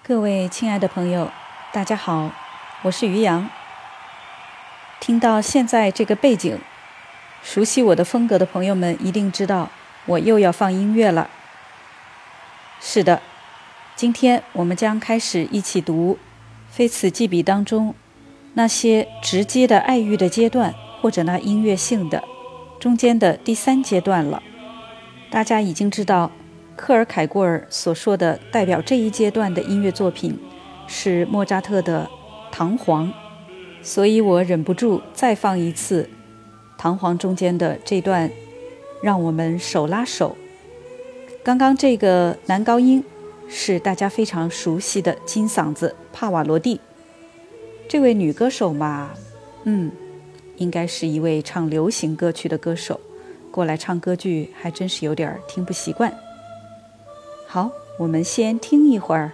各位亲爱的朋友，大家好，我是于洋。听到现在这个背景，熟悉我的风格的朋友们一定知道，我又要放音乐了。是的，今天我们将开始一起读《非此即彼》当中那些直接的爱欲的阶段，或者那音乐性的中间的第3阶段了。大家已经知道，克尔凯郭尔所说的代表这一阶段的音乐作品是莫扎特的《唐璜》，所以我忍不住再放一次《唐璜》中间的这段让我们手拉手。刚刚这个男高音是大家非常熟悉的金嗓子帕瓦罗蒂，这位女歌手嘛，应该是一位唱流行歌曲的歌手，过来唱歌剧还真是有点听不习惯。好，我们先听一会儿。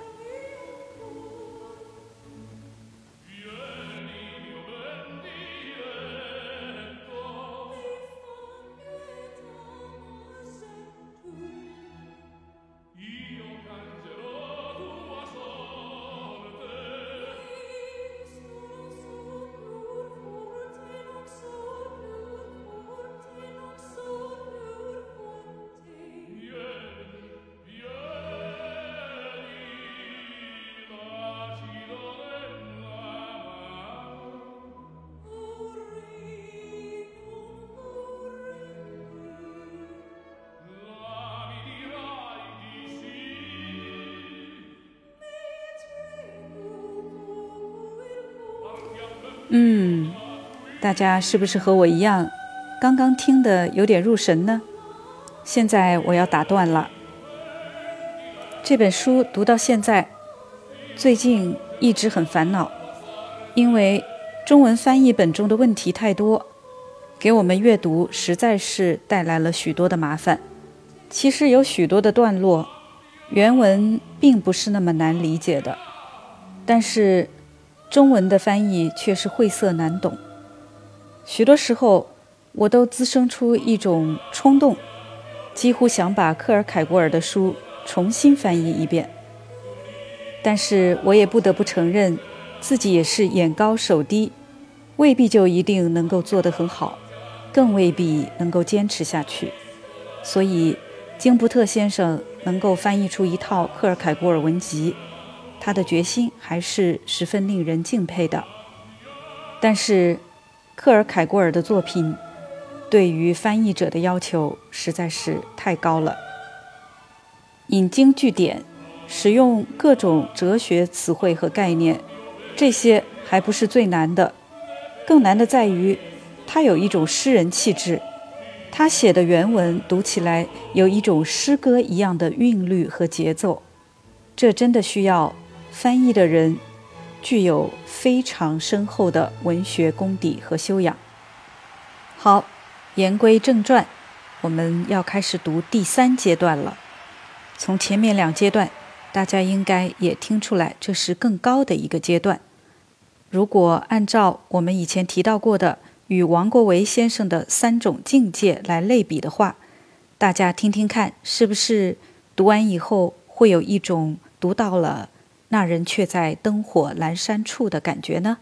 大家是不是和我一样，刚刚听的有点入神呢？现在我要打断了。这本书读到现在，最近一直很烦恼，因为中文翻译本中的问题太多，给我们阅读实在是带来了许多的麻烦。其实有许多的段落，原文并不是那么难理解的，但是中文的翻译却是晦涩难懂。许多时候我都滋生出一种冲动，几乎想把克尔凯郭尔的书重新翻译一遍。但是我也不得不承认，自己也是眼高手低，未必就一定能够做得很好，更未必能够坚持下去。所以金伯特先生能够翻译出一套克尔凯郭尔文集，他的决心还是十分令人敬佩的。但是克尔凯郭尔的作品对于翻译者的要求实在是太高了，引经据典，使用各种哲学词汇和概念，这些还不是最难的，更难的在于他有一种诗人气质，他写的原文读起来有一种诗歌一样的韵律和节奏，这真的需要翻译的人具有非常深厚的文学功底和修养。好，言归正传，我们要开始读第3阶段了。从前面2阶段，大家应该也听出来，这是更高的一个阶段。如果按照我们以前提到过的与王国维先生的3种境界来类比的话，大家听听看，是不是读完以后会有一种读到了那人却在灯火阑珊处的感觉呢？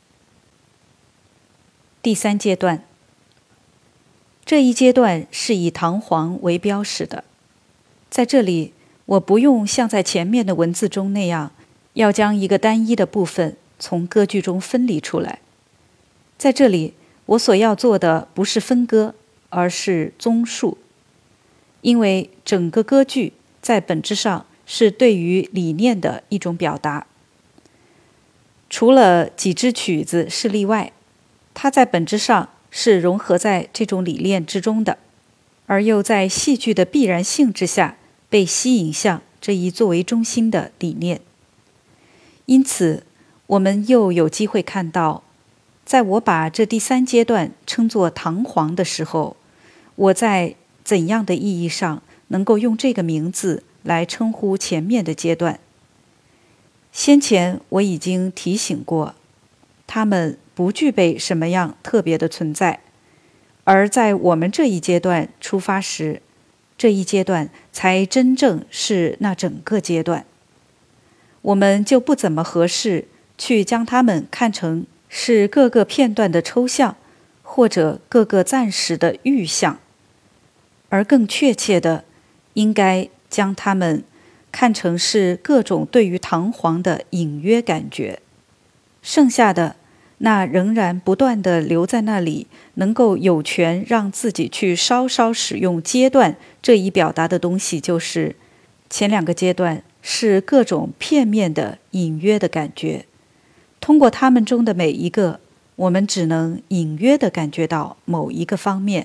第3阶段，这一阶段是以唐璜为标识的。在这里，我不用像在前面的文字中那样，要将一个单一的部分从歌剧中分离出来。在这里，我所要做的不是分割，而是综述。因为整个歌剧在本质上是对于理念的一种表达，除了几支曲子是例外，它在本质上是融合在这种理念之中的，而又在戏剧的必然性之下被吸引向这一作为中心的理念。因此，我们又有机会看到，在我把这第3阶段称作唐璜的时候，我在怎样的意义上能够用这个名字来称呼前面的阶段。先前我已经提醒过，它们不具备什么样特别的存在，而在我们这一阶段出发时，这一阶段才真正是那整个阶段。 我们就不怎么合适去将它们看成是各个片段的抽象，或者各个暂时的预象，而更确切的，应该将它们看成是各种对于唐璜的隐约感觉。剩下的那仍然不断地留在那里，能够有权让自己去稍稍使用阶段这一表达的东西，就是前两个阶段是各种片面的隐约的感觉。通过它们中的每一个，我们只能隐约地感觉到某一个方面。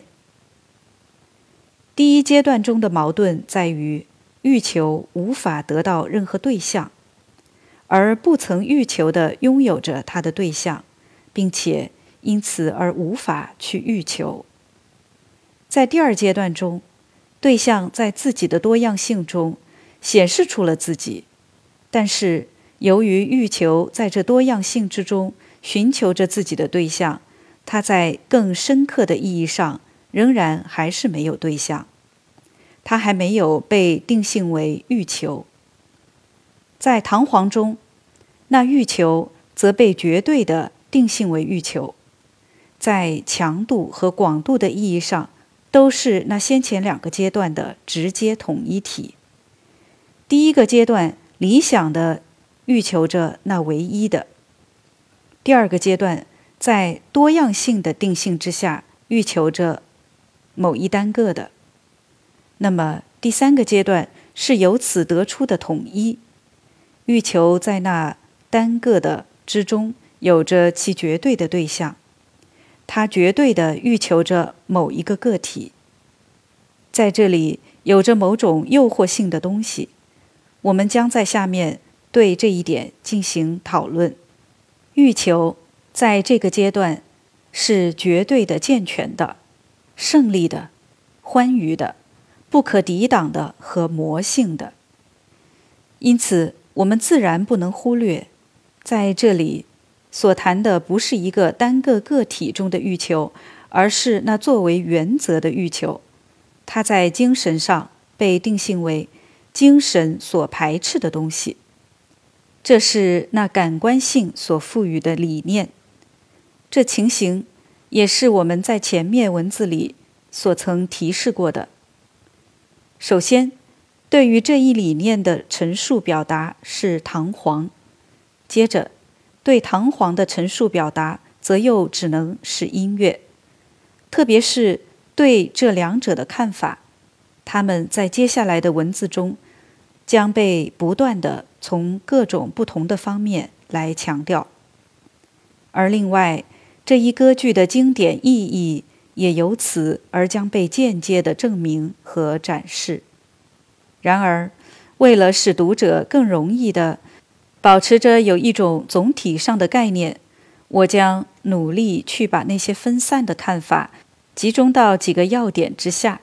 第一阶段中的矛盾在于欲求无法得到任何对象，而不曾欲求地拥有着它的对象，并且因此而无法去欲求。在第二阶段中，对象在自己的多样性中显示出了自己，但是由于欲求在这多样性之中寻求着自己的对象，它在更深刻的意义上仍然还是没有对象，它还没有被定性为欲求。在唐璜中，那欲求则被绝对地定性为欲求，在强度和广度的意义上都是那先前两个阶段的直接统一体。第一个阶段理想地欲求着那唯一的，第二个阶段在多样性的定性之下欲求着某一单个的。那么第三个阶段是由此得出的统一，欲求在那单个的之中有着其绝对的对象，它绝对地欲求着某一个个体。在这里有着某种诱惑性的东西，我们将在下面对这一点进行讨论。欲求在这个阶段是绝对的健全的、胜利的、欢愉的、不可抵挡的和魔性的。因此我们自然不能忽略，在这里所谈的不是一个单个个体中的欲求，而是那作为原则的欲求。它在精神上被定性为精神所排斥的东西，这是那感官性所赋予的理念。这情形也是我们在前面文字里所曾提示过的。首先，对于这一理念的陈述表达是唐璜，接着对唐璜的陈述表达则又只能是音乐。特别是对这两者的看法，他们在接下来的文字中将被不断地从各种不同的方面来强调。而另外，这一歌剧的经典意义也由此而将被间接地证明和展示。然而，为了使读者更容易地保持着有一种总体上的概念，我将努力去把那些分散的看法集中到几个要点之下。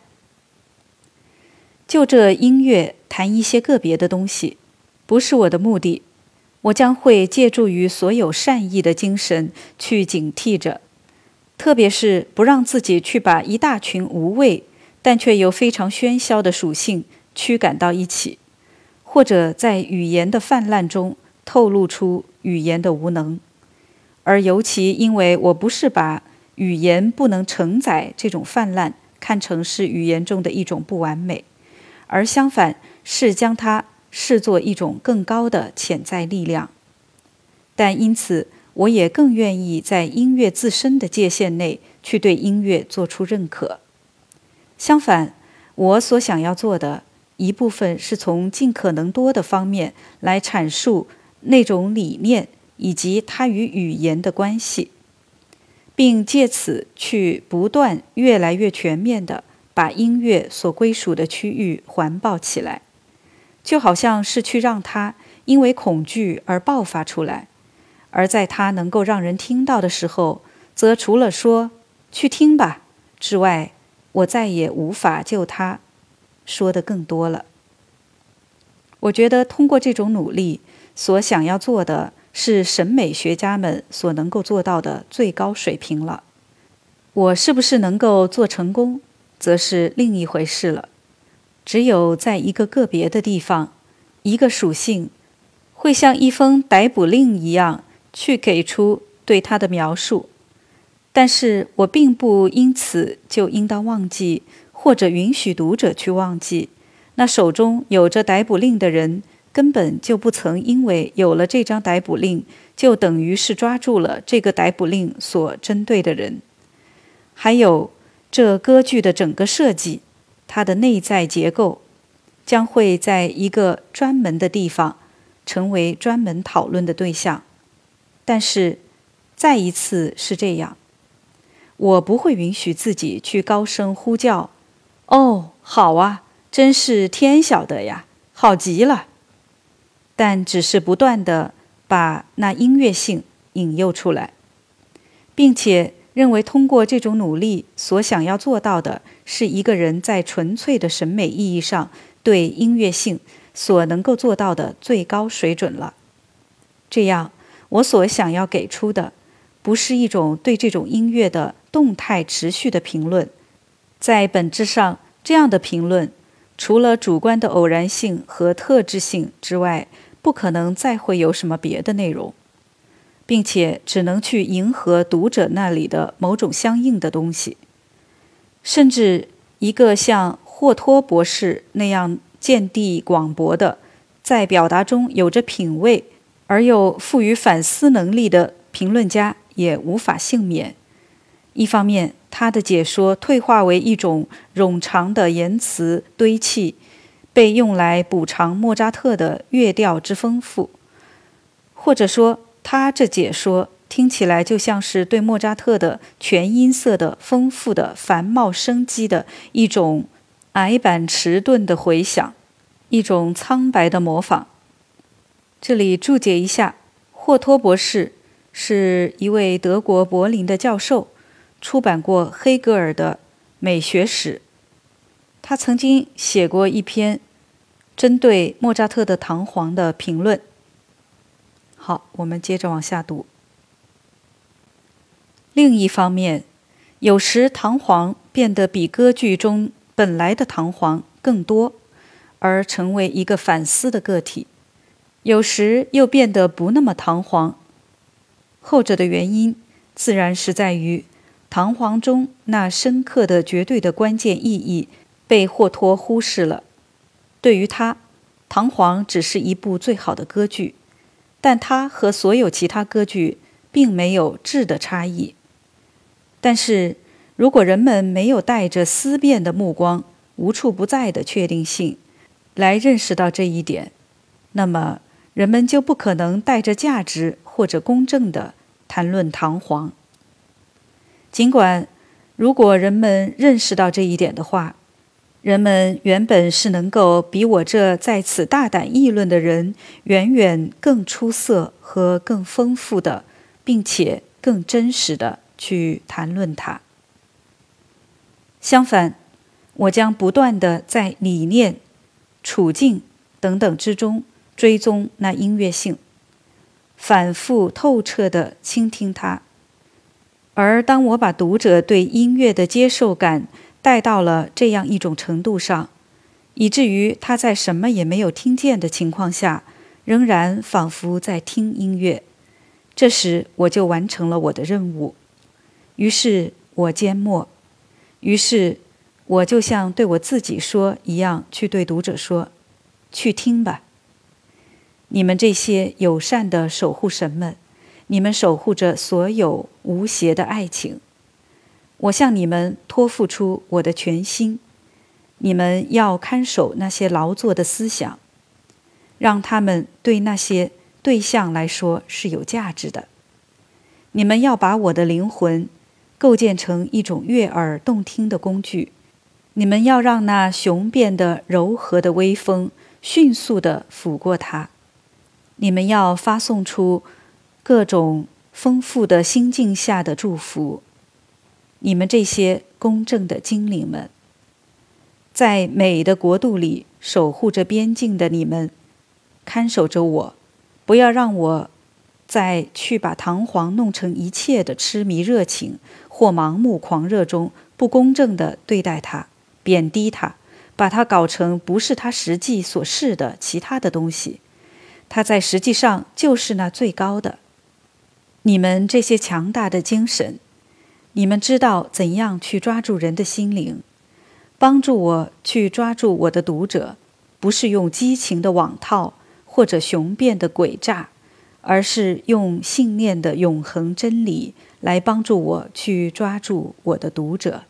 就这音乐谈一些个别的东西，不是我的目的。我将会借助于所有善意的精神去警惕着，特别是不让自己去把一大群无谓但却又非常喧嚣的属性驱赶到一起，或者在语言的泛滥中透露出语言的无能。而尤其因为我不是把语言不能承载这种泛滥看成是语言中的一种不完美，而相反是将它视作一种更高的潜在力量。但因此我也更愿意在音乐自身的界限内去对音乐做出认可。相反，我所想要做的一部分是从尽可能多的方面来阐述那种理念以及它与语言的关系，并借此去不断越来越全面地把音乐所归属的区域环抱起来，就好像是去让它因为恐惧而爆发出来，而在它能够让人听到的时候，则除了说去听吧之外，我再也无法就它说得更多了。我觉得通过这种努力，所想要做的是审美学家们所能够做到的最高水平了。我是不是能够做成功，则是另一回事了。只有在一个个别的地方，一个属性会像一封逮捕令一样去给出对他的描述。但是我并不因此就应当忘记，或者允许读者去忘记，那手中有着逮捕令的人根本就不曾因为有了这张逮捕令，就等于是抓住了这个逮捕令所针对的人。还有这歌剧的整个设计，它的内在结构，将会在一个专门的地方成为专门讨论的对象。但是再一次是这样，我不会允许自己去高声呼叫，哦，好啊，真是天晓得呀，好极了。但只是不断地把那音乐性引诱出来，并且认为通过这种努力所想要做到的是一个人在纯粹的审美意义上对音乐性所能够做到的最高水准了。这样，我所想要给出的不是一种对这种音乐的动态持续的评论，在本质上，这样的评论除了主观的偶然性和特质性之外，不可能再会有什么别的内容，并且只能去迎合读者那里的某种相应的东西。甚至一个像霍托博士那样见地广博的，在表达中有着品味而又富于反思能力的评论家也无法幸免。一方面，他的解说退化为一种冗长的言辞堆砌，被用来补偿莫扎特的乐调之丰富，或者说他这解说听起来就像是对莫扎特的全音色的丰富的繁茂生机的一种矮板迟钝的回响，一种苍白的模仿。这里注解一下，霍托博士是一位德国柏林的教授，出版过黑格尔的美学史。他曾经写过一篇针对莫扎特的《唐璜》的评论。好，我们接着往下读。另一方面，有时唐璜变得比歌剧中本来的唐璜更多，而成为一个反思的个体；有时又变得不那么唐璜。后者的原因自然是在于唐璜中那深刻的绝对的关键意义被霍托忽视了。对于他，唐璜只是一部最好的歌剧，但它和所有其他歌剧并没有质的差异。但是如果人们没有带着思辨的目光，无处不在的确定性来认识到这一点，那么人们就不可能带着价值或者公正地谈论唐璜。尽管如果人们认识到这一点的话，人们原本是能够比我这在此大胆议论的人远远更出色和更丰富的，并且更真实的去谈论它。相反，我将不断地在理念、处境等等之中追踪那音乐性，反复透彻地倾听它。而当我把读者对音乐的接受感带到了这样一种程度上，以至于他在什么也没有听见的情况下，仍然仿佛在听音乐，这时我就完成了我的任务。于是我缄默，于是我就像对我自己说一样，去对读者说：去听吧，你们这些友善的守护神们，你们守护着所有无邪的爱情。我向你们托付出我的全心，你们要看守那些劳作的思想，让他们对那些对象来说是有价值的。你们要把我的灵魂构建成一种悦耳动听的工具，你们要让那雄辩的柔和的微风迅速地拂过它，你们要发送出各种丰富的心境下的祝福。你们这些公正的精灵们，在美的国度里守护着边境的你们，看守着我，不要让我在去把唐璜弄成一切的痴迷热情或盲目狂热中不公正地对待它，贬低它，把它搞成不是它实际所是的其他的东西。 它在实际上就是那最高的。你们这些强大的精神，你们知道怎样去抓住人的心灵，帮助我去抓住我的读者，不是用激情的网套或者雄辩的诡诈，而是用信念的永恒真理来帮助我去抓住我的读者。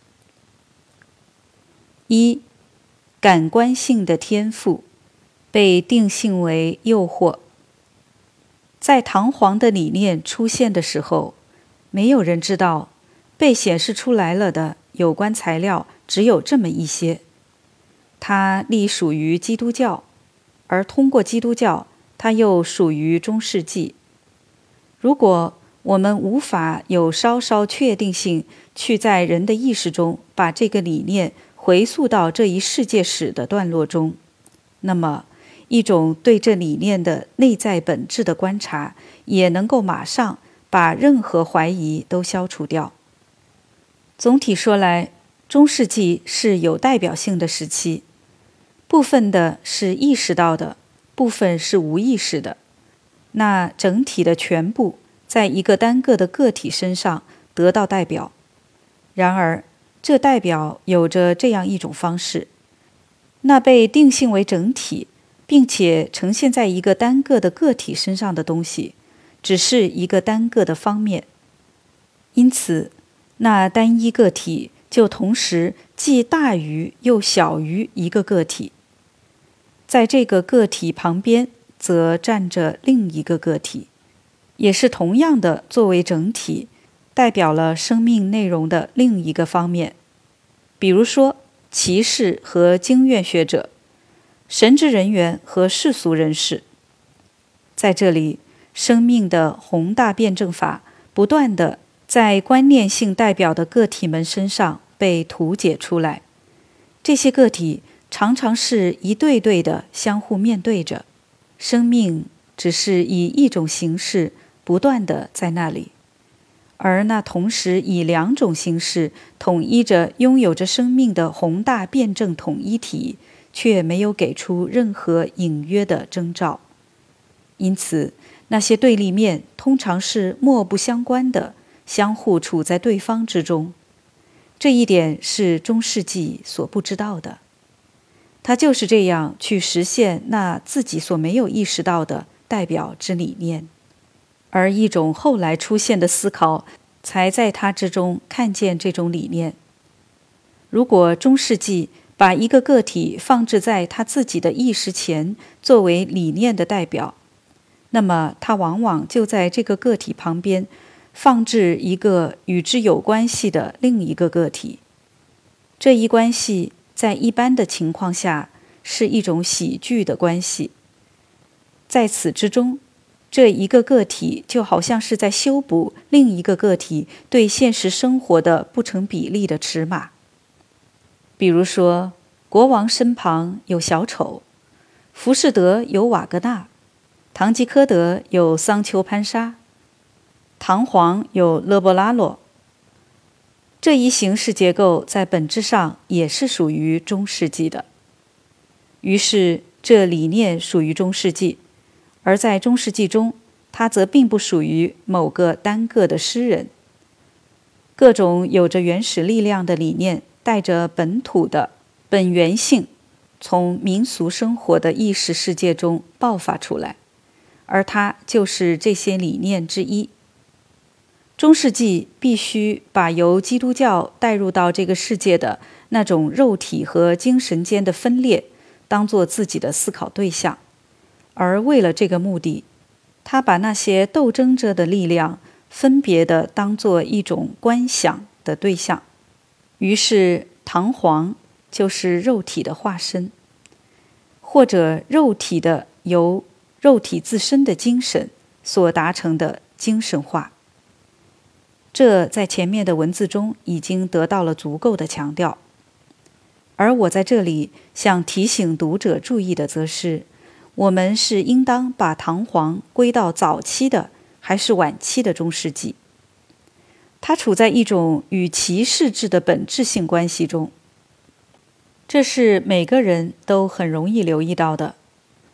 一、感官性的天赋被定性为诱惑。在堂皇的理念出现的时候，没有人知道被显示出来了的有关材料只有这么一些。它隶属于基督教，而通过基督教，它又属于中世纪。如果我们无法有稍稍确定性去在人的意识中把这个理念回溯到这一世界史的段落中，那么一种对这理念的内在本质的观察也能够马上把任何怀疑都消除掉。总体说来，中世纪是有代表性的时期，部分的是意识到的，部分是无意识的，那整体的全部在一个单个的个体身上得到代表。然而这代表有着这样一种方式，那被定性为整体并且呈现在一个单个的个体身上的东西，只是一个单个的方面。因此那单一个体就同时既大于又小于一个个体，在这个个体旁边则站着另一个个体，也是同样的作为整体代表了生命内容的另一个方面。比如说骑士和经验学者，神职人员和世俗人士。在这里，生命的宏大辩证法不断地在观念性代表的个体们身上被图解出来。这些个体常常是一对对的相互面对着，生命只是以一种形式不断地在那里，而那同时以两种形式统一着拥有着生命的宏大辩证统一体，却没有给出任何隐约的征兆。因此那些对立面通常是莫不相关的，相互处在对方之中。这一点是中世纪所不知道的，他就是这样去实现那自己所没有意识到的代表之理念，而一种后来出现的思考才在他之中看见这种理念。如果中世纪把一个个体放置在他自己的意识前作为理念的代表，那么他往往就在这个个体旁边放置一个与之有关系的另一个个体。这一关系在一般的情况下是一种喜剧的关系，在此之中，这一个个体就好像是在修补另一个个体对现实生活的不成比例的尺码。比如说，国王身旁有小丑，浮士德有瓦格纳，堂吉诃德有桑丘潘沙，唐璜有勒波拉洛。这一形式结构在本质上也是属于中世纪的。于是这理念属于中世纪，而在中世纪中，它则并不属于某个单个的诗人。各种有着原始力量的理念带着本土的本源性，从民俗生活的意识世界中爆发出来，而它就是这些理念之一。中世纪必须把由基督教带入到这个世界的那种肉体和精神间的分裂当作自己的思考对象，而为了这个目的，他把那些斗争着的力量分别地当作一种观想的对象。于是唐璜就是肉体的化身，或者肉体的由肉体自身的精神所达成的精神化。这在前面的文字中已经得到了足够的强调，而我在这里想提醒读者注意的则是，我们是应当把唐璜归到早期的还是晚期的中世纪。它处在一种与骑士制的本质性关系中，这是每个人都很容易留意到的。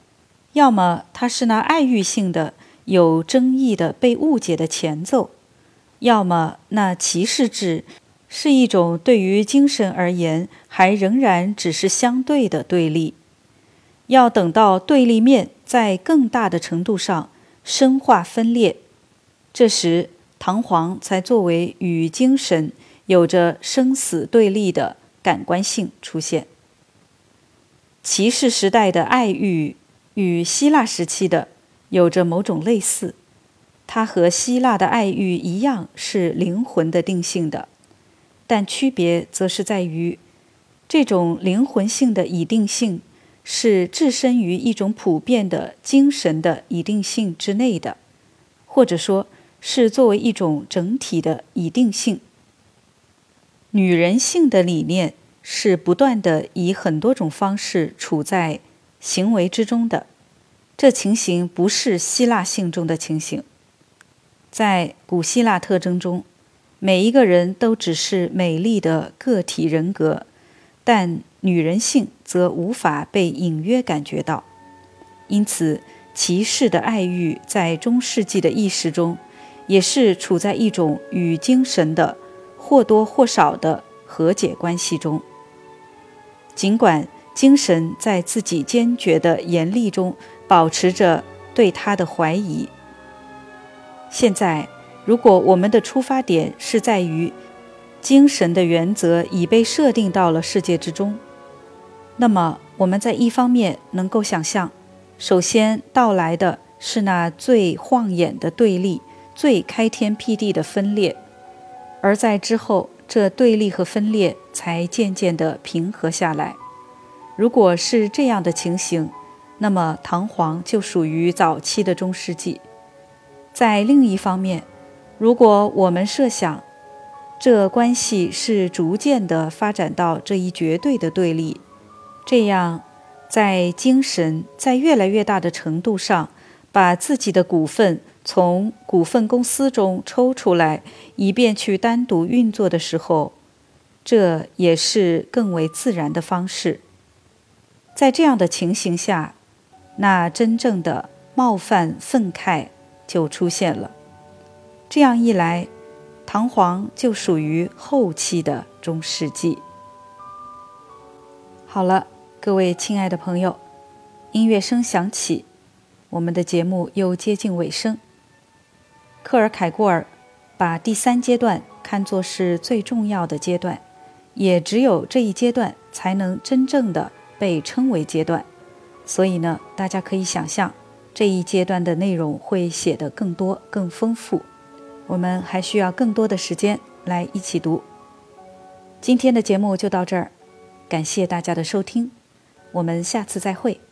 要么它是那爱欲性的、有争议的、被误解的前奏，要么那骑士制是一种对于精神而言还仍然只是相对的对立。要等到对立面在更大的程度上深化分裂，这时唐璜才作为与精神有着生死对立的感官性出现。骑士时代的爱欲与希腊时期的有着某种类似，它和希腊的爱欲一样是灵魂的定性的，但区别则是在于，这种灵魂性的已定性是置身于一种普遍的精神的已定性之内的，或者说是作为一种整体的已定性。女人性的理念是不断地以很多种方式处在行为之中的，这情形不是希腊性中的情形。在古希腊特征中，每一个人都只是美丽的个体人格，但女人性则无法被隐约感觉到。因此，骑士的爱欲在中世纪的意识中，也是处在一种与精神的或多或少的和解关系中。尽管精神在自己坚决的严厉中保持着对他的怀疑。现在，如果我们的出发点是在于精神的原则已被设定到了世界之中，那么我们在一方面能够想象，首先到来的是那最晃眼的对立，最开天辟地的分裂，而在之后，这对立和分裂才渐渐地平和下来。如果是这样的情形，那么唐璜就属于早期的中世纪。在另一方面，如果我们设想这关系是逐渐地发展到这一绝对的对立，这样在精神在越来越大的程度上把自己的股份从股份公司中抽出来，以便去单独运作的时候，这也是更为自然的方式。在这样的情形下，那真正的冒犯愤慨就出现了。这样一来，唐璜就属于后期的中世纪。好了，各位亲爱的朋友，音乐声响起，我们的节目又接近尾声。克尔凯郭尔把第3阶段看作是最重要的阶段，也只有这一阶段才能真正的被称为阶段。所以呢，大家可以想象这一阶段的内容会写得更多更丰富，我们还需要更多的时间来一起读。今天的节目就到这儿，感谢大家的收听，我们下次再会。